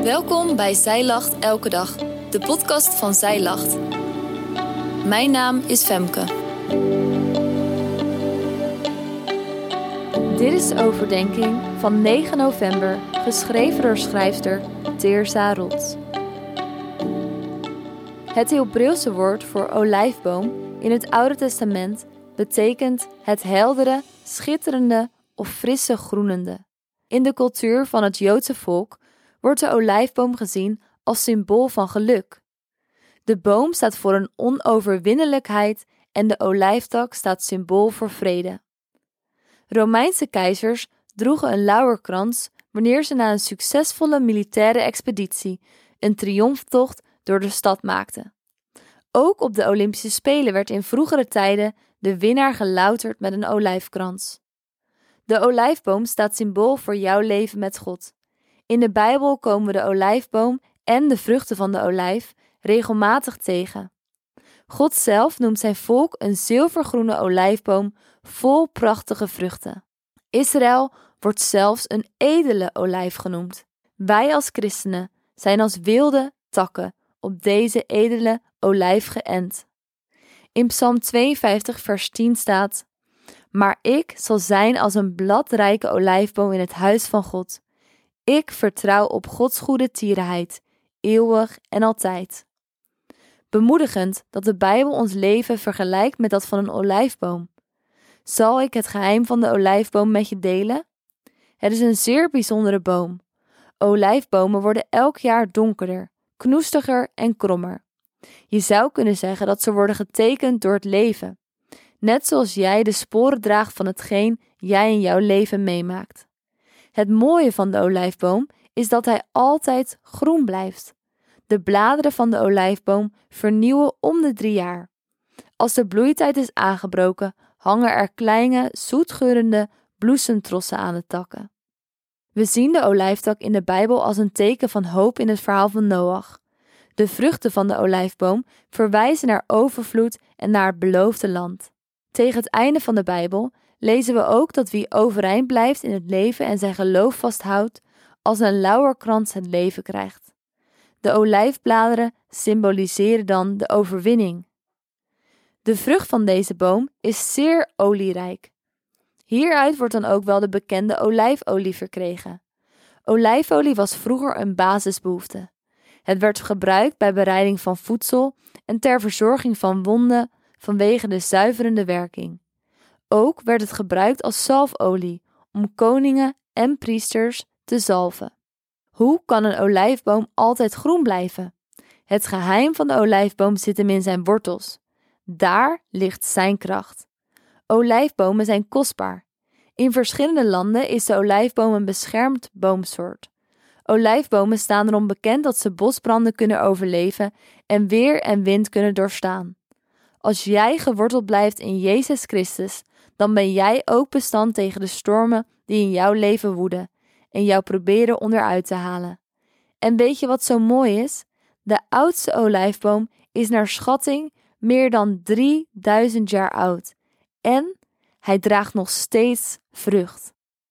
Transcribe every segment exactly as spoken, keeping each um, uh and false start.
Welkom bij Zij Lacht Elke Dag, de podcast van Zij Lacht. Mijn naam is Femke. Dit is de overdenking van negen november, geschreven door schrijfster Teersa Rots. Het Hebreeuwse woord voor olijfboom in het Oude Testament betekent het heldere, schitterende of frisse groenende. In de cultuur van het Joodse volk wordt de olijfboom gezien als symbool van geluk. De boom staat voor een onoverwinnelijkheid en de olijftak staat symbool voor vrede. Romeinse keizers droegen een lauwerkrans wanneer ze na een succesvolle militaire expeditie een triomftocht door de stad maakten. Ook op de Olympische Spelen werd in vroegere tijden de winnaar gelouterd met een olijfkrans. De olijfboom staat symbool voor jouw leven met God. In de Bijbel komen we de olijfboom en de vruchten van de olijf regelmatig tegen. God zelf noemt zijn volk een zilvergroene olijfboom vol prachtige vruchten. Israël wordt zelfs een edele olijf genoemd. Wij als christenen zijn als wilde takken op deze edele olijf geënt. In Psalm tweeënvijftig vers tien staat: Maar ik zal zijn als een bladrijke olijfboom in het huis van God. Ik vertrouw op Gods goede tierenheid, eeuwig en altijd. Bemoedigend dat de Bijbel ons leven vergelijkt met dat van een olijfboom. Zal ik het geheim van de olijfboom met je delen? Het is een zeer bijzondere boom. Olijfbomen worden elk jaar donkerder, knoestiger en krommer. Je zou kunnen zeggen dat ze worden getekend door het leven. Net zoals jij de sporen draagt van hetgeen jij in jouw leven meemaakt. Het mooie van de olijfboom is dat hij altijd groen blijft. De bladeren van de olijfboom vernieuwen om de drie jaar. Als de bloeitijd is aangebroken, hangen er kleine, zoetgeurende bloesemtrossen aan de takken. We zien de olijftak in de Bijbel als een teken van hoop in het verhaal van Noach. De vruchten van de olijfboom verwijzen naar overvloed en naar het beloofde land. Tegen het einde van de Bijbel lezen we ook dat wie overeind blijft in het leven en zijn geloof vasthoudt, als een lauwerkrans het leven krijgt. De olijfbladeren symboliseren dan de overwinning. De vrucht van deze boom is zeer olierijk. Hieruit wordt dan ook wel de bekende olijfolie verkregen. Olijfolie was vroeger een basisbehoefte. Het werd gebruikt bij bereiding van voedsel en ter verzorging van wonden vanwege de zuiverende werking. Ook werd het gebruikt als zalfolie om koningen en priesters te zalven. Hoe kan een olijfboom altijd groen blijven? Het geheim van de olijfboom zit hem in zijn wortels. Daar ligt zijn kracht. Olijfbomen zijn kostbaar. In verschillende landen is de olijfboom een beschermd boomsoort. Olijfbomen staan erom bekend dat ze bosbranden kunnen overleven en weer en wind kunnen doorstaan. Als jij geworteld blijft in Jezus Christus, dan ben jij ook bestand tegen de stormen die in jouw leven woeden en jou proberen onderuit te halen. En weet je wat zo mooi is? De oudste olijfboom is naar schatting meer dan drieduizend jaar oud en hij draagt nog steeds vrucht.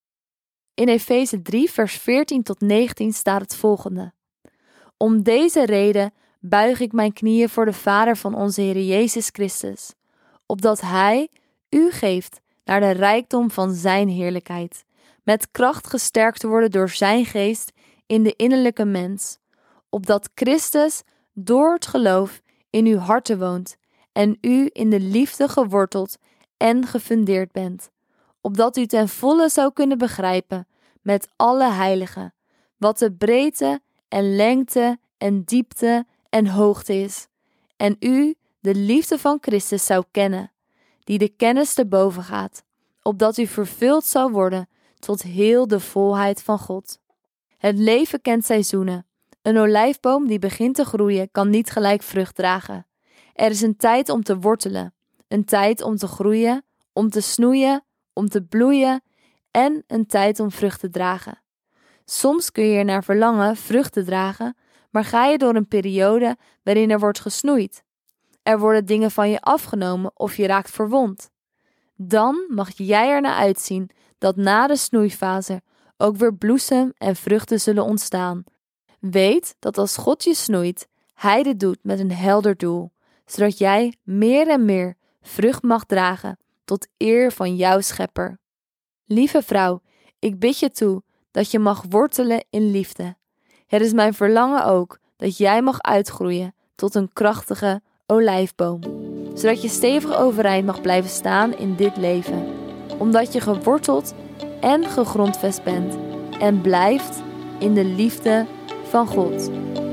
In Efeze drie vers veertien tot negentien staat het volgende: Om deze reden buig ik mijn knieën voor de Vader van onze Heer Jezus Christus, opdat Hij u geeft naar de rijkdom van zijn heerlijkheid, met kracht gesterkt te worden door zijn geest in de innerlijke mens, opdat Christus door het geloof in uw harten woont en u in de liefde geworteld en gefundeerd bent, opdat u ten volle zou kunnen begrijpen met alle heiligen wat de breedte en lengte en diepte en hoogte is, en u de liefde van Christus zou kennen, die de kennis te boven gaat, opdat u vervuld zal worden tot heel de volheid van God. Het leven kent seizoenen. Een olijfboom die begint te groeien kan niet gelijk vrucht dragen. Er is een tijd om te wortelen, een tijd om te groeien, om te snoeien, om te bloeien en een tijd om vrucht te dragen. Soms kun je er naar verlangen vrucht te dragen, maar ga je door een periode waarin er wordt gesnoeid. Er worden dingen van je afgenomen of je raakt verwond. Dan mag jij er naar uitzien dat na de snoeifase ook weer bloesem en vruchten zullen ontstaan. Weet dat als God je snoeit, Hij dit doet met een helder doel, zodat jij meer en meer vrucht mag dragen tot eer van jouw Schepper. Lieve vrouw, ik bid je toe dat je mag wortelen in liefde. Het is mijn verlangen ook dat jij mag uitgroeien tot een krachtige olijfboom, zodat je stevig overeind mag blijven staan in dit leven, omdat je geworteld en gegrondvest bent en blijft in de liefde van God.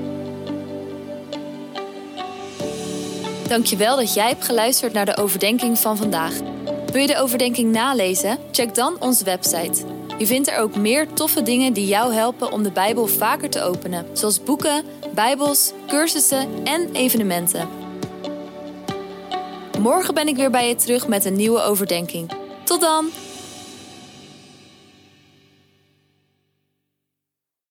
Dankjewel dat jij hebt geluisterd naar de overdenking van vandaag. Wil je de overdenking nalezen? Check dan onze website. Je vindt er ook meer toffe dingen die jou helpen om de Bijbel vaker te openen, zoals boeken, bijbels, cursussen en evenementen. Morgen ben ik weer bij je terug met een nieuwe overdenking. Tot dan!